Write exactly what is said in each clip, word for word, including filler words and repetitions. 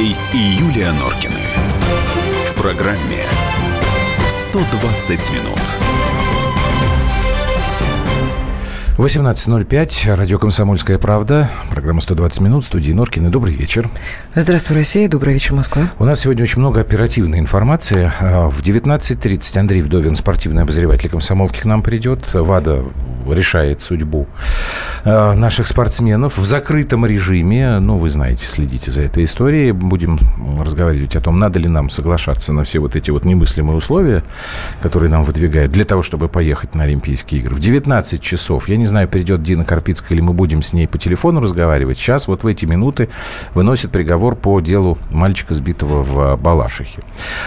Алексей и Юлия Норкины. В программе сто двадцать минут. восемнадцать ноль пять, радио «Комсомольская правда», программа «сто двадцать минут», в студии Норкины. Добрый вечер. Здравствуй, Россия, добрый вечер, Москва. У нас сегодня очень много оперативной информации. В девятнадцать тридцать Андрей Вдовин, спортивный обозреватель «Комсомолки», к нам придет. ВАДА решает судьбу наших спортсменов в закрытом режиме. Ну, вы знаете, следите за этой историей. Будем разговаривать о том, надо ли нам соглашаться на все вот эти вот немыслимые условия, которые нам выдвигают, для того, чтобы поехать на Олимпийские игры. В девятнадцать часов, я не знаю, придет Дина Карпицкая, или мы будем с ней по телефону разговаривать. Сейчас, вот в эти минуты, выносит приговор по делу мальчика, сбитого в Балашихе.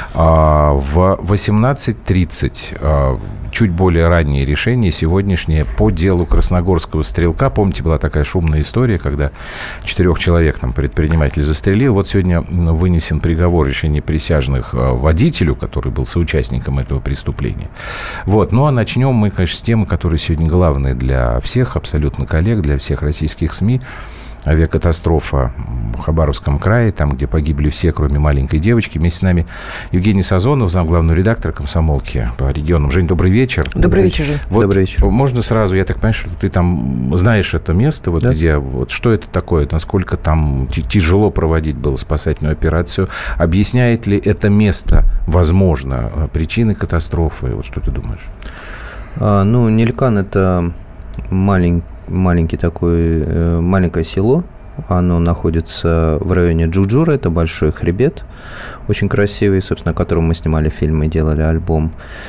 В восемнадцать тридцать чуть более раннее решение, сегодняшнее, по делу красногорского стрелка. Помните, была такая шумная история, когда четырех человек там предприниматель застрелил. Вот сегодня вынесен приговор, решение присяжных водителю, который был соучастником этого преступления. Вот. Ну, а начнем мы, конечно, с темы, которая сегодня главная для всех, абсолютно коллег, для всех российских СМИ. Авиакатастрофа в Хабаровском крае, там, где погибли все, кроме маленькой девочки. Вместе с нами Евгений Сазонов, замглавного редактора «Комсомолки» по регионам. Жень, добрый вечер. Добрый вечер, Жень. Вот добрый вечер. Можно сразу, я так понимаю, что ты там знаешь это место, вот да. где, вот что это такое, насколько там тяжело проводить было спасательную операцию. Объясняет ли это место, возможно, причины катастрофы? Вот что ты думаешь? А, ну, Нелькан – это маленький, маленький такой, маленькое село. Оно находится в районе Джуджура. Это большой хребет, очень красивый, собственно, о котором мы снимали фильм и делали альбом.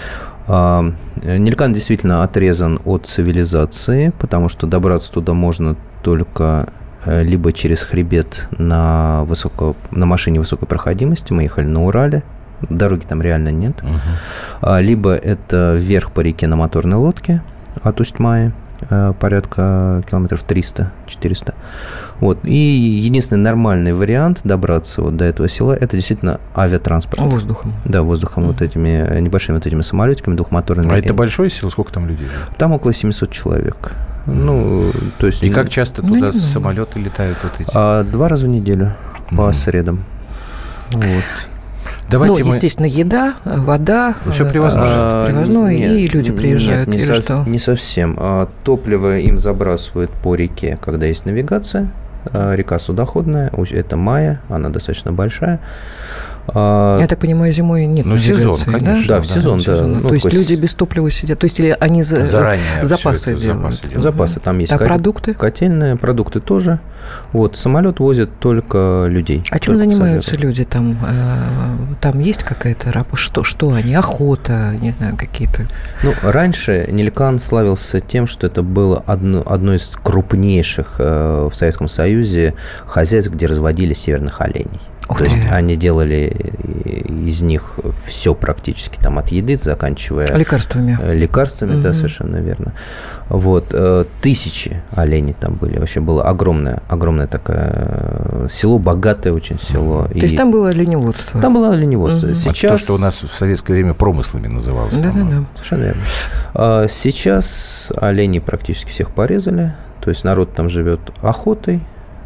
Нелькан действительно отрезан от цивилизации, потому что добраться туда можно только либо через хребет на, высоко, на машине высокой проходимости. Мы ехали на Урале. Дороги там реально нет. Uh-huh. Либо это вверх по реке на моторной лодке от Усть-Маи, порядка километров триста-четыреста. Вот. И единственный нормальный вариант добраться вот до этого села – это действительно авиатранспорт. Воздухом. Да, воздухом, mm-hmm. вот этими небольшими вот этими самолетиками двухмоторными. А это большое село? Сколько там людей? Там около семьсот человек. Mm-hmm. Ну, то есть... И как часто ну, туда самолеты летают вот эти? А, два раза в неделю по mm-hmm. средам. Вот. Давайте ну, мы... естественно, еда, вода, все привозное, а, привозное нет, и люди приезжают. Нет, не, или со... что? не совсем. А, топливо им забрасывают по реке, когда есть навигация. А, река судоходная, это Майя, она достаточно большая. А... Я так понимаю, зимой нет ну, навигации, сезон, конечно, да? Да, в сезон, да. сезон. Ну, то есть есть... люди без топлива сидят, то есть или они за... заранее запасы делают? Запасы, делают. Запасы там есть. А кот... продукты? Котельные, продукты тоже. Вот, самолет возит только людей. А чем только занимаются пассажиров. люди там? Там есть какая-то работа? Что, что они? Охота, не знаю, какие-то... Ну, раньше Нелькан славился тем, что это было одно, одно из крупнейших э, в Советском Союзе хозяйств, где разводили северных оленей. Ух То ты. есть они делали из них все практически, там, от еды, заканчивая... Лекарствами. Лекарствами, угу. Да, совершенно верно. Вот. Тысячи оленей там были. Вообще было огромное, огромное такое село, богатое очень село. То И... есть там было оленеводство? Там было оленеводство. Угу. Сейчас... То, что у нас в советское время промыслами называлось. Да-да-да. Совершенно верно. Сейчас оленей практически всех порезали. То есть народ там живет охотой.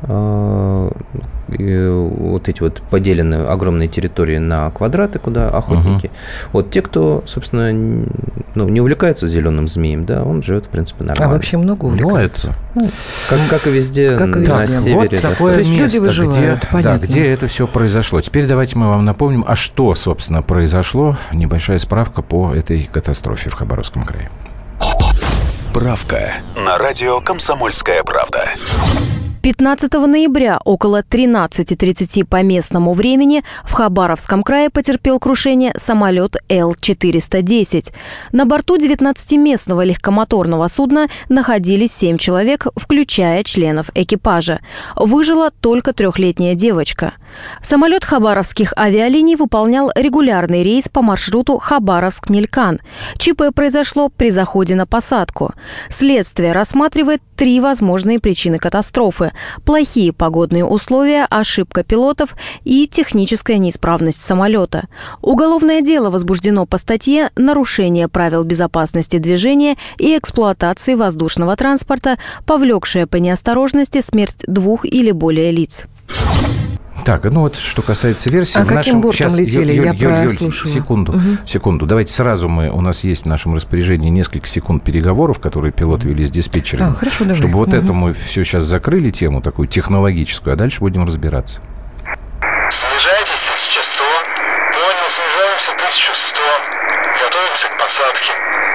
Вот эти вот поделены огромные территории на квадраты, куда охотники. Uh-huh. Вот те, кто, собственно, ну, не увлекается зеленым змеем, да, он живет, в принципе, нормально. А вообще много увлекается? Ну, это... ну, как, как и везде как и на везде. севере. Вот такое То есть место, люди выживают, где, да, где это все произошло. Теперь давайте мы вам напомним, а что, собственно, произошло. Небольшая справка по этой катастрофе в Хабаровском крае. Справка на радио «Комсомольская правда». пятнадцатого ноября около тринадцати тридцати по местному времени в Хабаровском крае потерпел крушение самолет Эл четыреста десять. На борту девятнадцатиместного легкомоторного судна находились семь человек, включая членов экипажа. Выжила только трехлетняя девочка. Самолет хабаровских авиалиний выполнял регулярный рейс по маршруту Хабаровск-Нелькан. ЧП произошло при заходе на посадку. Следствие рассматривает три возможные причины катастрофы: плохие погодные условия, ошибка пилотов и техническая неисправность самолета. Уголовное дело возбуждено по статье «Нарушение правил безопасности движения и эксплуатации воздушного транспорта, повлекшее по неосторожности смерть двух или более лиц». Так, ну вот что касается версии... А в каким нашем... бортом Сейчас, летели? Юль, Я Юль, Юль, прослушала. секунду, угу. секунду. Давайте сразу мы... У нас есть в нашем распоряжении несколько секунд переговоров, которые пилоты вели с диспетчерами. А, хорошо, давай. Чтобы вот угу. это мы все сейчас закрыли, тему такую технологическую, а дальше будем разбираться. Снижайтесь тысяча сто. Понял, снижаемся тысяча сто. Готовимся к посадке.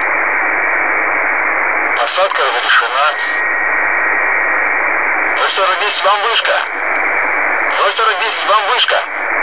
Посадка разрешена. ноль сорок десять, вам вышка. ноль сорок десять, вам вышка.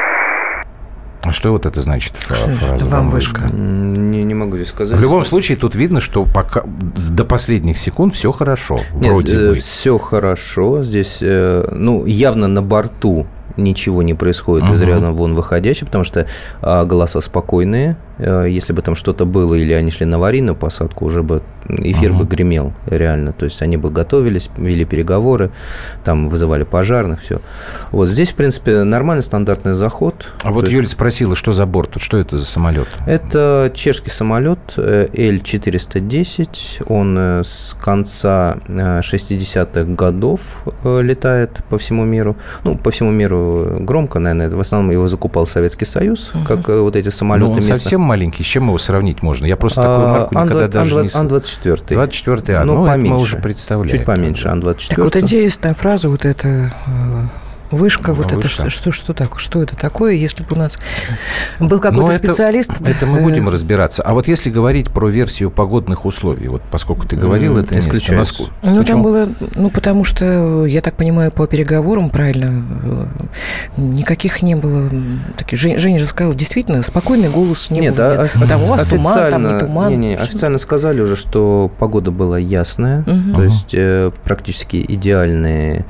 А что вот это значит? Что Фраза это «вам вышка»? Не, не могу здесь сказать. В любом случае, тут видно, что пока до последних секунд все хорошо. Нет, Вроде э, бы. все хорошо. Здесь, э, ну, явно на борту ничего не происходит Угу. из ряда вон выходящего, потому что э, голоса спокойные. Э, если бы там что-то было или они шли на аварийную посадку, уже бы эфир Угу. бы гремел реально. То есть они бы готовились, вели переговоры, там вызывали пожарных, все. Вот здесь, в принципе, нормальный стандартный заход. А вот То Юль есть спросила, что за борт? Что это за самолет? это чешский самолет Эл четыреста десять. Он э, с конца э, шестидесятых годов э, летает по всему миру. Ну, по всему миру громко, наверное. В основном его закупал Советский Союз, Мгм. как э, вот эти самолеты Ну, он местных. совсем маленький. С чем его сравнить можно? Я просто такую А, марку никогда Ан-два- даже не... Ан двадцать четыре. двадцать четыре А. Ну, Ну, это мы поменьше. уже представляем. Чуть поменьше Ан двадцать четыре. Так вот интересная фраза, вот эта э, вышка, вот это Вышка. что, что, что, так, что это такое, если бы у нас был Ну, какой-то это- специалист. Это мы э, будем разбираться. А вот если говорить про версию погодных условий, вот поскольку ты говорил, М, это несколько исключается. насколько- Ну, Почему? там было, ну, потому что, я так понимаю, по переговорам, правильно, э, никаких не было. Таких, Жень- Женя же сказал, действительно, спокойный голос не Нет, было. а, Нет, там у вас туман, там не официально, туман. не, не, официально сказали уже, что погода была ясная, Мгм. то Ага. есть э, практически идеальные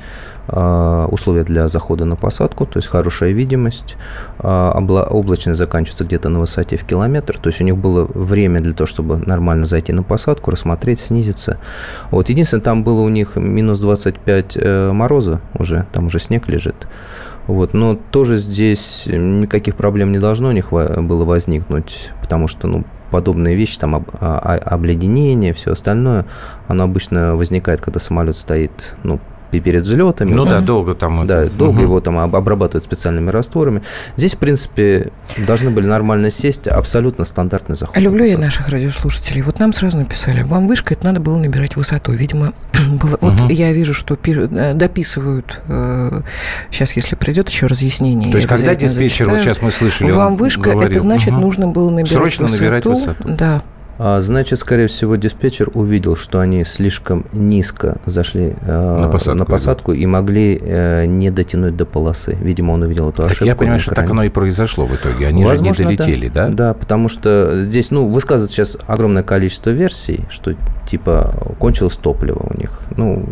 э, условия для захода на посадку, то есть хорошая видимость, э, обла- облачность заканчивается где-то на высоте в километр, то есть у них было время для того, чтобы нормально зайти на посадку, рассмотреть, снизиться. Вот единственное, там было у них минус двадцать пять э, мороза уже, там уже снег лежит. Вот, но тоже здесь никаких проблем не должно у них во- было возникнуть, потому что, ну, подобные вещи, там, об- а- а- обледенение, все остальное, оно обычно возникает, когда самолет стоит, ну, пе- перед взлетами. Ну Мгм. да, долго там... Да, долго Мгм. его там об- обрабатывают специальными растворами. Здесь, в принципе, должны были нормально сесть, абсолютно стандартный заход. Люблю я Посадка. наших радиослушателей. Вот нам сразу написали, вам вышка, это надо было набирать высоту. Видимо, было... Мгм. вот я вижу, что пи- э, дописывают. э, Сейчас, если придет еще разъяснение. То есть, я когда обязательно диспетчер, вот зачитаю. сейчас мы слышали, Вам он вышка, говорил, это значит, мгм. нужно было набирать Срочно высоту. набирать высоту. Да. А, значит, скорее всего, диспетчер увидел, что они слишком низко зашли э, На посадку на посадку и могли э, не дотянуть до полосы. Видимо, он увидел эту Так ошибку. я понимаю, на что экране. так оно и произошло в итоге. Они Возможно, же не долетели, да? Да, потому что здесь, ну, высказывают сейчас огромное количество версий, что типа кончилось топливо у них. Ну,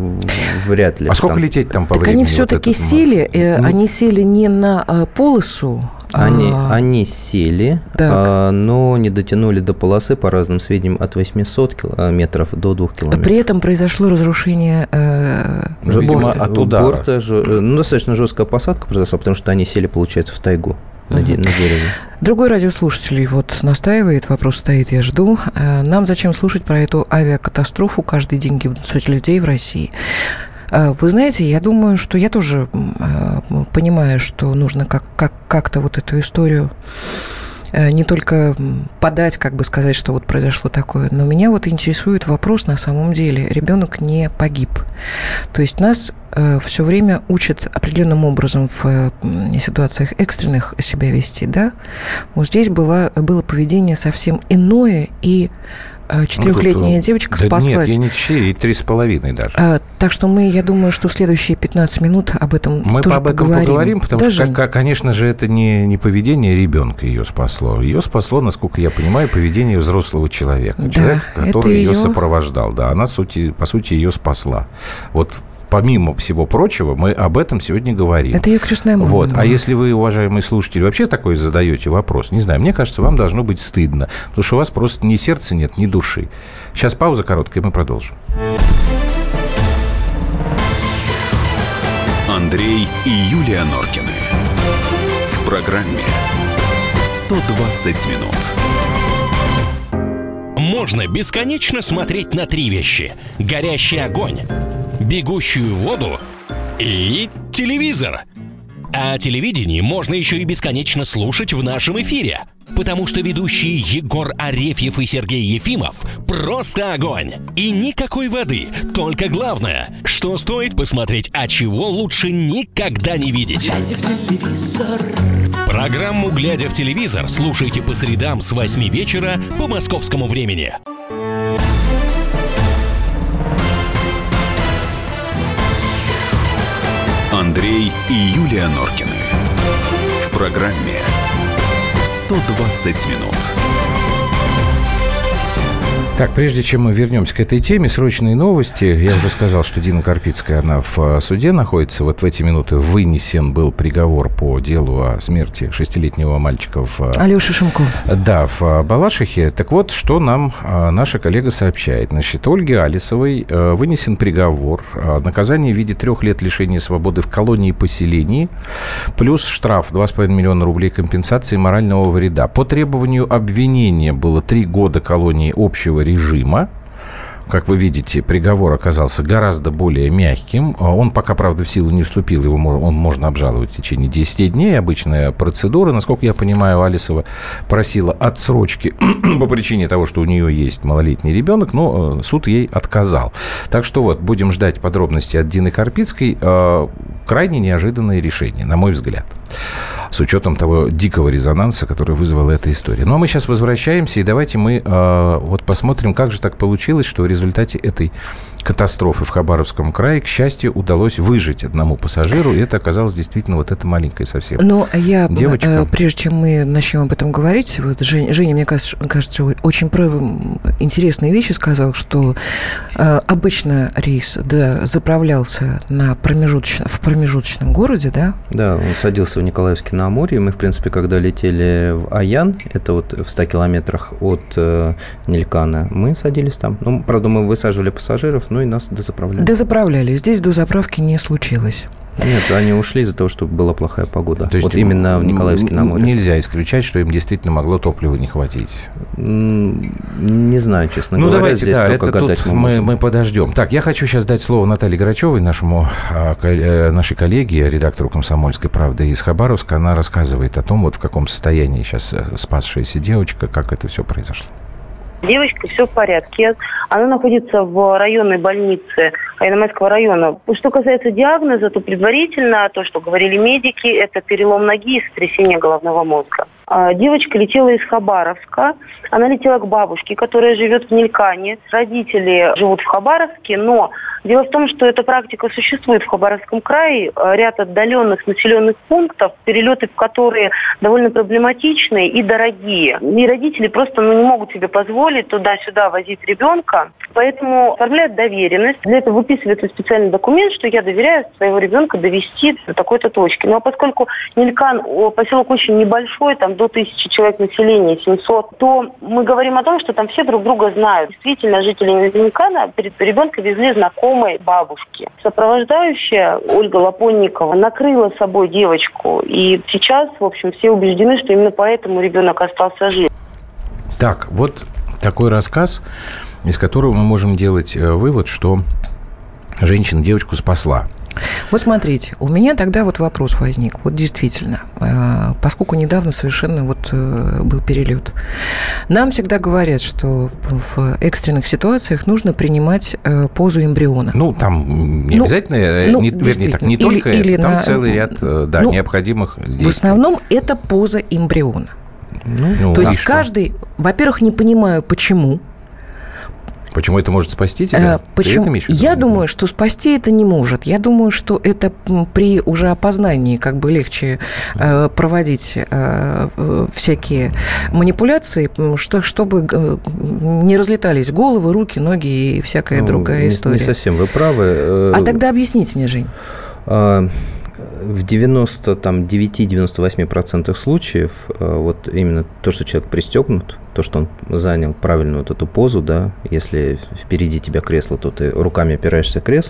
в- вряд ли. А сколько Там- лететь там по Так времени? они вот все-таки этот сели, маршрут? э, Ну, они сели не на э, полосу, Они, а- они сели, Так. а, но не дотянули до полосы, по разным сведениям, от восьмисот километров до двух километров. При этом произошло разрушение э, Ну, видимо, борта. от удара. Борта, жё- э, ну, достаточно жесткая посадка произошла, потому что они сели, получается, в тайгу на, де- Мгм. на дереве. Другой радиослушатель вот настаивает, вопрос стоит, я жду. Э, Нам зачем слушать про эту авиакатастрофу? Каждый день гибнут сотни людей в России. Э, Вы знаете, я думаю, что я тоже э, понимаю, что нужно как, как, как-то вот эту историю э, не только м, подать, как бы сказать, что вот произошло такое, но меня вот интересует вопрос на самом деле. Ребенок не погиб. То есть нас все время учат определенным образом в э, м, ситуациях экстренных себя вести, да? Вот здесь было, было поведение совсем иное, и э, четырехлетняя Ну, тут, девочка да спаслась. Нет, я не четыре, и три с половиной даже. А, так что мы, я думаю, что в следующие пятнадцать минут об этом Мы тоже об этом поговорим. поговорим, потому Да, что, Жень? как- конечно же, это не, не поведение ребенка ее спасло. Ее спасло, насколько я понимаю, поведение взрослого человека. Да, Человека, это который ее её- сопровождал. Да, она, сути, по сути, ее спасла. Вот помимо всего прочего, мы об этом сегодня говорим. Это ее крестная мама. Вот. была. А если вы, уважаемые слушатели, вообще такой задаете вопрос, не знаю, мне кажется, вам должно быть стыдно, потому что у вас просто ни сердца нет, ни души. Сейчас пауза короткая, и мы продолжим. Андрей и Юлия Норкины. В программе сто двадцать минут. Можно бесконечно смотреть на три вещи: горящий огонь, бегущую воду и телевизор. А телевидение можно еще и бесконечно слушать в нашем эфире. Потому что ведущие Егор Арефьев и Сергей Ефимов просто огонь. И никакой воды, только главное, что стоит посмотреть, а чего лучше никогда не видеть. Программу «Глядя в телевизор» слушайте по средам с восьми вечера по московскому времени. Андрей и Юлия Норкины. В программе сто двадцать минут. Так, прежде чем мы вернемся к этой теме, срочные новости. Я уже сказал, что Дина Карпицкая, она в суде находится. Вот в эти минуты вынесен был приговор по делу о смерти шестилетнего мальчика в... Алёши Шумко. Да, в Балашихе. Так вот, что нам наша коллега сообщает. Значит, Ольге Алисовой вынесен приговор. Наказание в виде трех лет лишения свободы в колонии-поселении, плюс штраф два с половиной миллиона рублей компенсации морального вреда. По требованию обвинения было три года колонии общего режима. Как вы видите, приговор оказался гораздо более мягким. Он пока, правда, в силу не вступил. Его он можно обжаловать в течение десяти дней. Обычная процедура. Насколько я понимаю, Алисова просила отсрочки по причине того, что у нее есть малолетний ребенок, но суд ей отказал. Так что вот, будем ждать подробностей от Дины Карпицкой. Крайне неожиданное решение, на мой взгляд, с учетом того дикого резонанса, который вызвала эта история. Ну, а мы сейчас возвращаемся, и давайте мы э, вот посмотрим, как же так получилось, что в результате этой катастрофы в Хабаровском крае, к счастью, удалось выжить одному пассажиру, и это оказалось действительно вот эта маленькая совсем Но я, девочка. Прежде чем мы начнем об этом говорить, вот Женя, Женя, мне кажется, кажется, очень интересные вещи сказал, что э, обычно рейс да, заправлялся на промежуточном, в промежуточном городе, да? Да, он садился в Николаевске на Амуре. Мы, в принципе, когда летели в Аян, это вот в ста километрах от э, Нелькана, мы садились там. Ну, правда, мы высаживали пассажиров, ну и нас дозаправляли. Дозаправляли. Здесь дозаправки не случилось. Нет, они ушли из-за того, что была плохая погода. То есть вот именно в Николаевске на море. Нельзя исключать, что им действительно могло топлива не хватить. Не знаю, честно ну, говоря. Давайте, здесь да, только это гадать тут мы, мы, мы подождем. Так, я хочу сейчас дать слово Наталье Грачевой, нашему, нашей коллеге, редактору «Комсомольской правды» из Хабаровска. Она рассказывает о том, вот в каком состоянии сейчас спасшаяся девочка, как это все произошло. Девочка, все в порядке. Она находится в районной больнице Айнамайского района. Что касается диагноза, то предварительно, то, что говорили медики, это перелом ноги и сотрясение головного мозга. Девочка летела из Хабаровска. Она летела к бабушке, которая живет в Нелькане. Родители живут в Хабаровске, но дело в том, что эта практика существует в Хабаровском крае. Ряд отдаленных населенных пунктов, перелеты в которые довольно проблематичные и дорогие. И родители просто ну, не могут себе позволить туда-сюда возить ребенка. Поэтому оформляют доверенность. Для этого выписывается специальный документ, что я доверяю своего ребенка довести до такой-то точки. Ну а поскольку Нелькан, поселок очень небольшой, там до тысячи человек населения, семьсот, то мы говорим о том, что там все друг друга знают. Действительно, жители Нелькана перед ребенка везли знакомой бабушки. Сопровождающая Ольга Лапонникова накрыла собой девочку. И сейчас, в общем, все убеждены, что именно поэтому ребенок остался жив. Так, вот такой рассказ, из которого мы можем делать вывод, что женщина девочку спасла. Вот смотрите, у меня тогда вот вопрос возник. Вот действительно, поскольку недавно совершенно вот был перелет, нам всегда говорят, что в экстренных ситуациях нужно принимать позу эмбриона. Ну, там не ну, обязательно, ну, не, вернее, так, не или, только или это, там на, целый ряд да, ну, необходимых действий. В основном это поза эмбриона. Ну, То есть каждый, во-первых, не понимаю, почему. Почему это может спасти тебя? А, почему? Я думаю, что спасти это не может. Я думаю, что это при уже опознании как бы легче э, проводить э, всякие манипуляции, что, чтобы не разлетались головы, руки, ноги и всякая ну, другая не, история. Не совсем вы правы. А тогда объясните мне, Жень. А... В девяноста девяти - девяноста восьми процентах случаев вот именно то, что человек пристегнут, то, что он занял правильную вот эту позу, да, если впереди тебя кресло, то ты руками опираешься в кресло,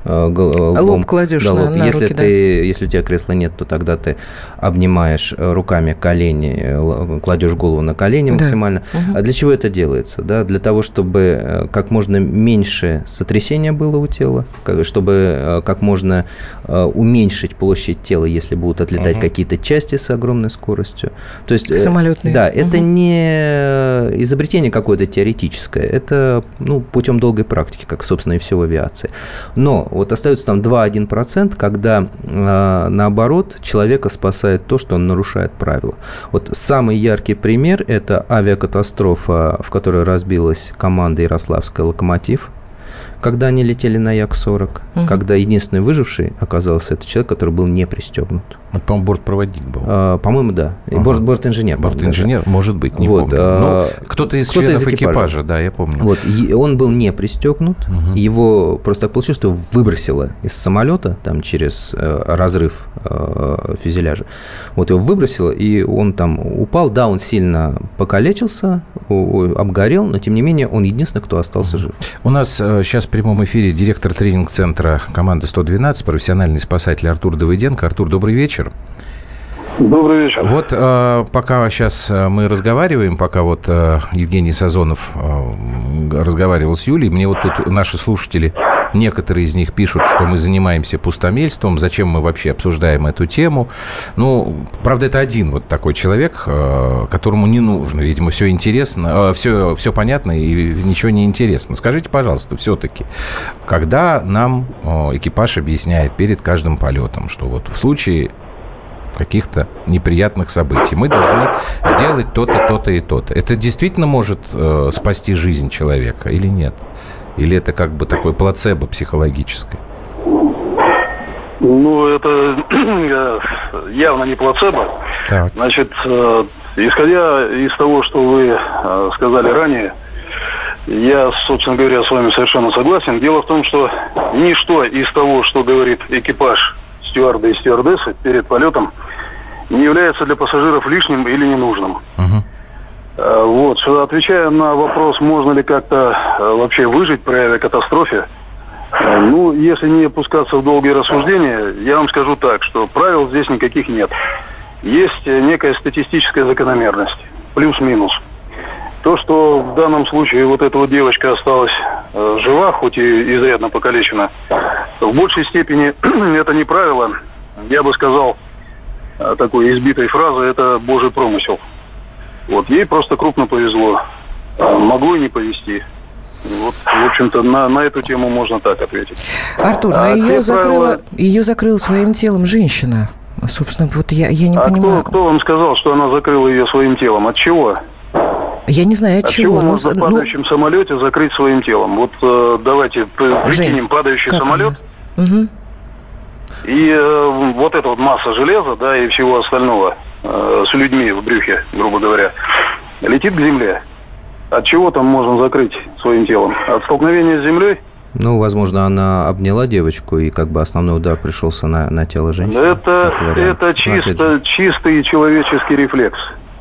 Лоб, лоб кладешь да, на, лоб. на если руки, ты, да. Если у тебя кресла нет, то тогда ты обнимаешь руками колени, кладешь голову на колени да. максимально. Угу. А для чего это делается? Да? Для того, чтобы как можно меньше сотрясения было у тела, чтобы как можно уменьшить площадь тела, если будут отлетать угу. какие-то части с огромной скоростью. То есть, самолетные. Да, угу. это не изобретение какое-то теоретическое, это ну, путем долгой практики, как, собственно, и все в авиации. Но вот остается там два-один процент, когда, э, наоборот, человека спасает то, что он нарушает правила. Вот самый яркий пример – это авиакатастрофа, в которой разбилась команда Ярославская «Локомотив», когда они летели на Як сорок, угу. когда единственный выживший оказался это человек, который был не пристегнут. Это, по-моему, бортпроводник был. А, по-моему, да. Ага. Борт, бортинженер. Бортинженер, даже. Может быть, не вот, помню. А, ну, кто-то из кто-то членов из экипажа. экипажа, да, я помню. Вот, он был не пристегнут, угу. его просто так получилось, что выбросило из самолета, там, через э, разрыв э, фюзеляжа. Вот его выбросило, и он там упал. Да, он сильно покалечился, обгорел, но, тем не менее, он единственный, кто остался жив. У нас э, сейчас в прямом эфире директор тренинг-центра команды сто двенадцать, профессиональный спасатель Артур Давыденко. Артур, добрый вечер. Добрый вечер. Вот э, пока сейчас мы разговариваем, пока вот э, Евгений Сазонов э, разговаривал с Юлей, мне вот тут наши слушатели, некоторые из них пишут, что мы занимаемся пустомельством, зачем мы вообще обсуждаем эту тему. Ну, правда, это один вот такой человек, э, которому не нужно, видимо, все интересно, э, все, все понятно и ничего не интересно. Скажите, пожалуйста, все-таки, когда нам э, экипаж объясняет перед каждым полетом, что вот в случае каких-то неприятных событий мы должны сделать то-то, то-то и то-то. Это действительно может э, спасти жизнь человека или нет? Или это как бы такое плацебо психологическое? Ну, это явно не плацебо. Так. Значит, э, исходя из того, что вы э, сказали ранее, я, собственно говоря, с вами совершенно согласен. Дело в том, что ничто из того, что говорит экипаж, стюарды и стюардессы перед полетом, не является для пассажиров лишним или ненужным. Uh-huh. Вот, отвечая на вопрос, можно ли как-то вообще выжить при авиакатастрофе, ну, если не опускаться в долгие рассуждения, я вам скажу так, что правил здесь никаких нет. Есть некая статистическая закономерность, плюс-минус. То, что в данном случае вот эта вот девочка осталась э, жива, хоть и изрядно покалечена, в большей степени это не правило. Я бы сказал э, такой избитой фразой, это Божий промысел. Вот, ей просто крупно повезло. Э, могло и не повезти. Вот, в общем-то, на, на эту тему можно так ответить. Артур, а ее, закрыла, правила... ее закрыла своим телом женщина. Собственно, вот я, я не а понимаю. Кто, кто вам сказал, что она закрыла ее своим телом? От чего? Я не знаю, от, от чего. чего можно в падающем ну... самолете закрыть своим телом? Вот э, давайте прикинем падающий как самолет. Угу. И э, вот эта вот масса железа, да, и всего остального э, с людьми в брюхе, грубо говоря, летит к земле. От чего там можно закрыть своим телом? От столкновения с землей? Ну, возможно, она обняла девочку, и как бы основной удар пришелся на, на тело женщины. Это, это чисто, чистый человеческий рефлекс.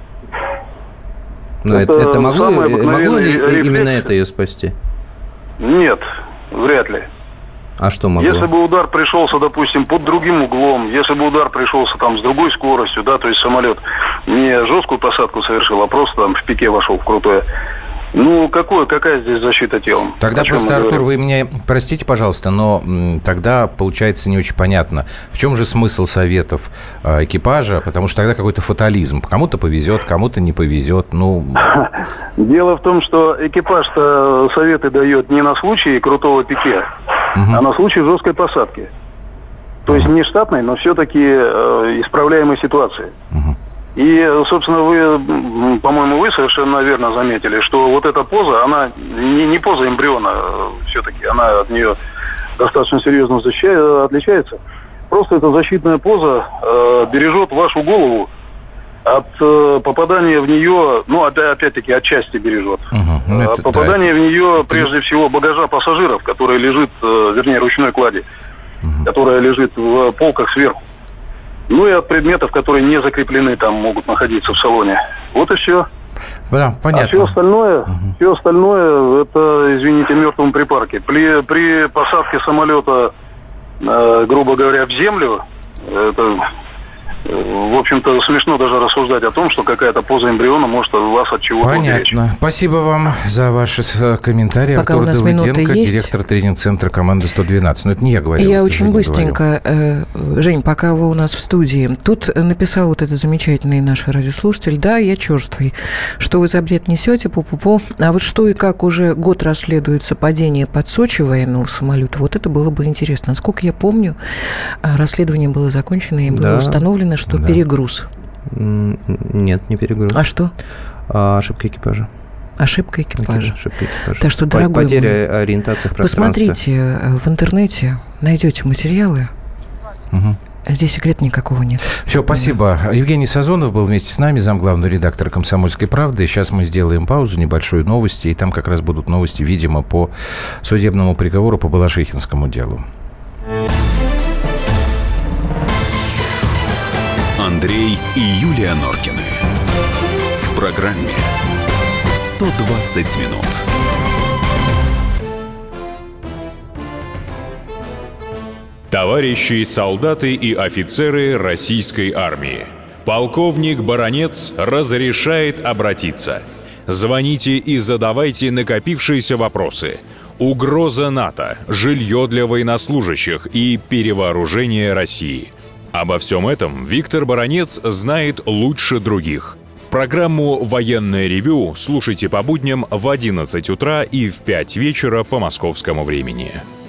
Но это, это, это могло, могло ли рефлекс? Именно это ее спасти? Нет, вряд ли. А что могло? Если бы удар пришелся, допустим, под другим углом, если бы удар пришелся там с другой скоростью, да, то есть самолет не жесткую посадку совершил, а просто там в пике вошел в крутое. Ну, какое, какая здесь защита телом? Тогда просто, Артур, вы меня простите, пожалуйста, но м, тогда получается не очень понятно, в чем же смысл советов э, экипажа, потому что тогда какой-то фатализм. Кому-то повезет, кому-то не повезет. Ну... Дело в том, что экипаж-то советы дает не на случай крутого пике, угу. а на случай жесткой посадки. То есть не штатной, но все-таки э, исправляемой ситуации. Угу. И, собственно, вы, по-моему, вы совершенно верно заметили, что вот эта поза, она не, не поза эмбриона все-таки, она от нее достаточно серьезно защищает, отличается. Просто эта защитная поза э, бережет вашу голову от э, попадания в нее, ну, опять, опять-таки, отчасти бережет. Uh-huh. Ну, это, от попадания да, в нее, это... прежде всего, багажа пассажиров, который лежит, э, вернее, ручной клади, uh-huh. которая лежит в полках сверху. Ну и от предметов, которые не закреплены, там могут находиться в салоне. Вот и все. Да, понятно. А все остальное, угу. все остальное, это, извините, мертвому припарке. При, при посадке самолета э, грубо говоря, в землю, это... В общем-то, смешно даже рассуждать о том, что какая-то поза эмбриона может вас от чего-то уберечь. Понятно. Спасибо вам за ваши комментарии. Пока Артур у нас минуты есть. Директор тренинг-центра команды сто двенадцать. Но это не я говорю. Я очень быстренько. Говорил. Жень, пока вы у нас в студии. Тут написал вот этот замечательный наш радиослушатель. Да, я черствый. Что вы за бред несете, пу-пу-пу. А вот что и как уже год расследуется падение под Сочи военного самолета, вот это было бы интересно. Насколько я помню, расследование было закончено и было да. установлено, что да. перегруз. Нет, не перегруз. А что? А, ошибка экипажа. Ошибка экипажа. Ошибка экипажа. Так что, дорогой потеря мой, ориентации в пространстве. Посмотрите в интернете, найдете материалы. Угу. Здесь секрета никакого нет. Все, спасибо. Евгений Сазонов был вместе с нами, замглавного редактора «Комсомольской правды». Сейчас мы сделаем паузу, небольшую новости, и там как раз будут новости, видимо, по судебному приговору по Балашихинскому делу. Андрей и Юлия Норкины. В программе сто двадцать минут. Товарищи солдаты и офицеры российской армии, полковник Баранец разрешает обратиться. Звоните и задавайте накопившиеся вопросы. Угроза НАТО, жилье для военнослужащих и перевооружение России. Обо всем этом Виктор Баранец знает лучше других. Программу «Военное ревю» слушайте по будням в одиннадцать утра и в пять вечера по московскому времени.